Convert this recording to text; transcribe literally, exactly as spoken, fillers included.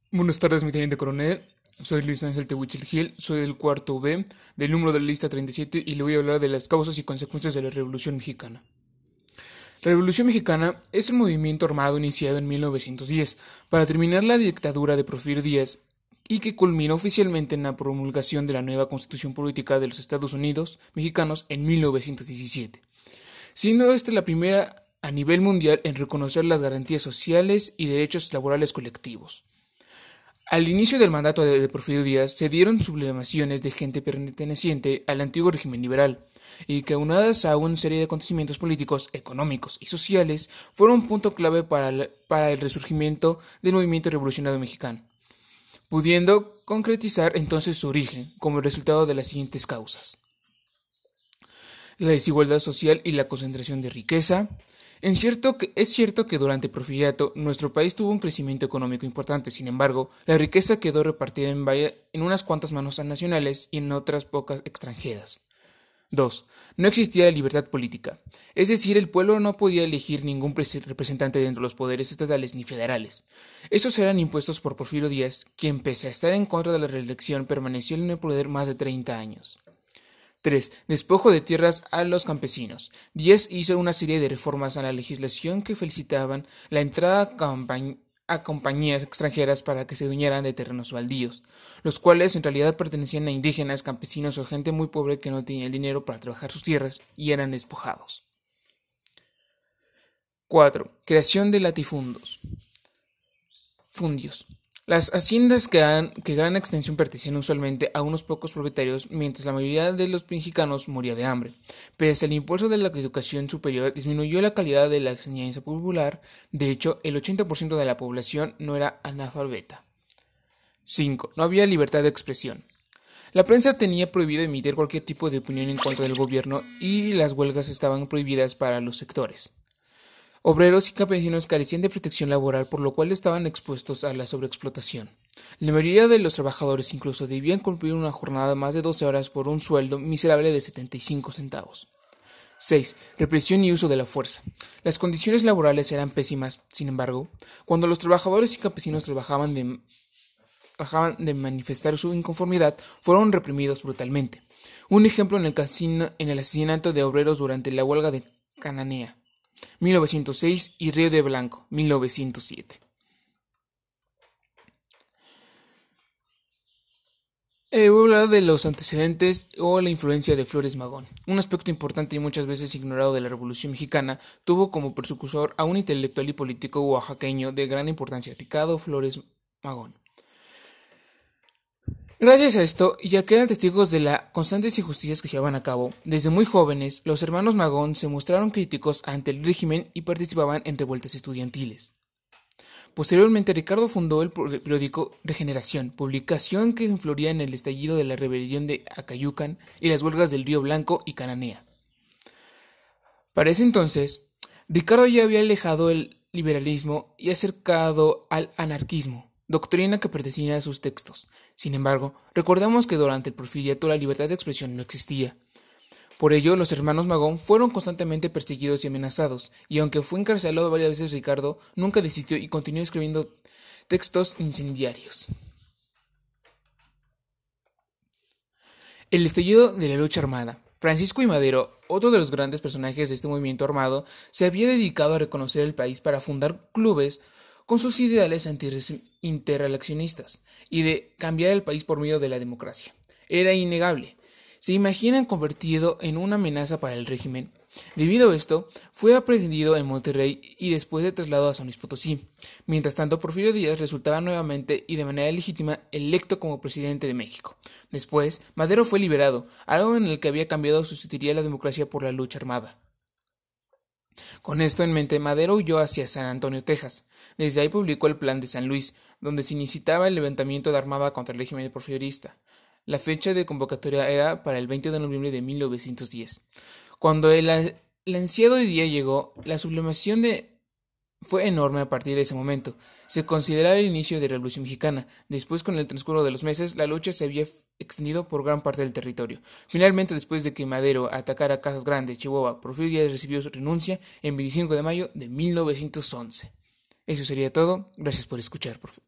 Buenas tardes, mi teniente coronel. Soy Luis Ángel Tehuichil Gil, soy del cuarto B, del número de la lista treinta y siete, y le voy a hablar de las causas y consecuencias de la Revolución Mexicana. La Revolución Mexicana es un movimiento armado iniciado en mil novecientos diez para terminar la dictadura de Porfirio Díaz y que culminó oficialmente en la promulgación de la nueva Constitución Política de los Estados Unidos Mexicanos en mil novecientos diecisiete, siendo esta la primera a nivel mundial en reconocer las garantías sociales y derechos laborales colectivos. Al inicio del mandato de, de Porfirio Díaz se dieron sublevaciones de gente perteneciente al antiguo régimen liberal, y que aunadas a una serie de acontecimientos políticos, económicos y sociales, fueron un punto clave para el, para el resurgimiento del movimiento revolucionario mexicano, pudiendo concretizar entonces su origen como el resultado de las siguientes causas: la desigualdad social y la concentración de riqueza. En cierto que, es cierto que durante el porfiriato nuestro país tuvo un crecimiento económico importante. Sin embargo, la riqueza quedó repartida en, varias, en unas cuantas manos nacionales y en otras pocas extranjeras. dos. No existía la libertad política, es decir, el pueblo no podía elegir ningún representante dentro de los poderes estatales ni federales. Estos eran impuestos por Porfirio Díaz, quien, pese a estar en contra de la reelección, permaneció en el poder más de treinta años. tres. Despojo de tierras a los campesinos. Díaz hizo una serie de reformas a la legislación que felicitaban la entrada a, campañ a compañías extranjeras para que se adueñaran de terrenos baldíos, los cuales en realidad pertenecían a indígenas, campesinos o gente muy pobre que no tenía el dinero para trabajar sus tierras y eran despojados. cuatro. Creación de latifundios. Fundios. Las haciendas que, han, que gran extensión pertenecían usualmente a unos pocos propietarios, mientras la mayoría de los mexicanos moría de hambre. Pese al impulso de la educación superior, disminuyó la calidad de la enseñanza popular. De hecho, el ochenta por ciento de la población no era analfabeta. cinco. No había libertad de expresión. La prensa tenía prohibido emitir cualquier tipo de opinión en contra del gobierno y las huelgas estaban prohibidas para los sectores. Obreros y campesinos carecían de protección laboral, por lo cual estaban expuestos a la sobreexplotación. La mayoría de los trabajadores incluso debían cumplir una jornada de más de doce horas por un sueldo miserable de setenta y cinco centavos. seis. Represión y uso de la fuerza. Las condiciones laborales eran pésimas. Sin embargo, cuando los trabajadores y campesinos trabajaban de, trabajaban de manifestar su inconformidad, fueron reprimidos brutalmente. Un ejemplo en el, casino, en el asesinato de obreros durante la huelga de Cananea, mil novecientos seis, y Río de Blanco, mil novecientos siete. Eh, voy a hablar de los antecedentes o la influencia de Flores Magón. Un aspecto importante y muchas veces ignorado de la Revolución Mexicana tuvo como precursor a un intelectual y político oaxaqueño de gran importancia, Ricardo Flores Magón. Gracias a esto, ya que eran testigos de las constantes injusticias que se llevaban a cabo, desde muy jóvenes, los hermanos Magón se mostraron críticos ante el régimen y participaban en revueltas estudiantiles. Posteriormente, Ricardo fundó el periódico Regeneración, publicación que influía en el estallido de la rebelión de Acayucan y las huelgas del Río Blanco y Cananea. Para ese entonces, Ricardo ya había alejado el liberalismo y acercado al anarquismo, doctrina que pertenecía a sus textos. Sin embargo, recordemos que durante el porfiriato la libertad de expresión no existía. Por ello, los hermanos Magón fueron constantemente perseguidos y amenazados, y aunque fue encarcelado varias veces, Ricardo nunca desistió y continuó escribiendo textos incendiarios. El estallido de la lucha armada. Francisco I. Madero, otro de los grandes personajes de este movimiento armado, se había dedicado a reconocer el país para fundar clubes con sus ideales interrelacionistas y de cambiar el país por medio de la democracia. Era innegable. Se imaginan convertido en una amenaza para el régimen. Debido a esto, fue aprehendido en Monterrey y después de trasladado a San Luis Potosí. Mientras tanto, Porfirio Díaz resultaba nuevamente y de manera legítima electo como presidente de México. Después, Madero fue liberado, algo en el que había cambiado sustituiría la democracia por la lucha armada. Con esto en mente, Madero huyó hacia San Antonio, Texas. Desde ahí publicó el Plan de San Luis, donde se incitaba el levantamiento de armada contra el régimen porfirista. La fecha de convocatoria era para el veinte de noviembre de mil novecientos diez. Cuando el, el ansiado día llegó, la sublevación de fue enorme a partir de ese momento. Se consideraba el inicio de la Revolución Mexicana. Después, con el transcurso de los meses, la lucha se había extendido por gran parte del territorio. Finalmente, después de que Madero atacara Casas Grandes, Chihuahua, Porfirio Díaz recibió su renuncia en veinticinco de mayo de mil novecientos once. Eso sería todo. Gracias por escuchar, profe.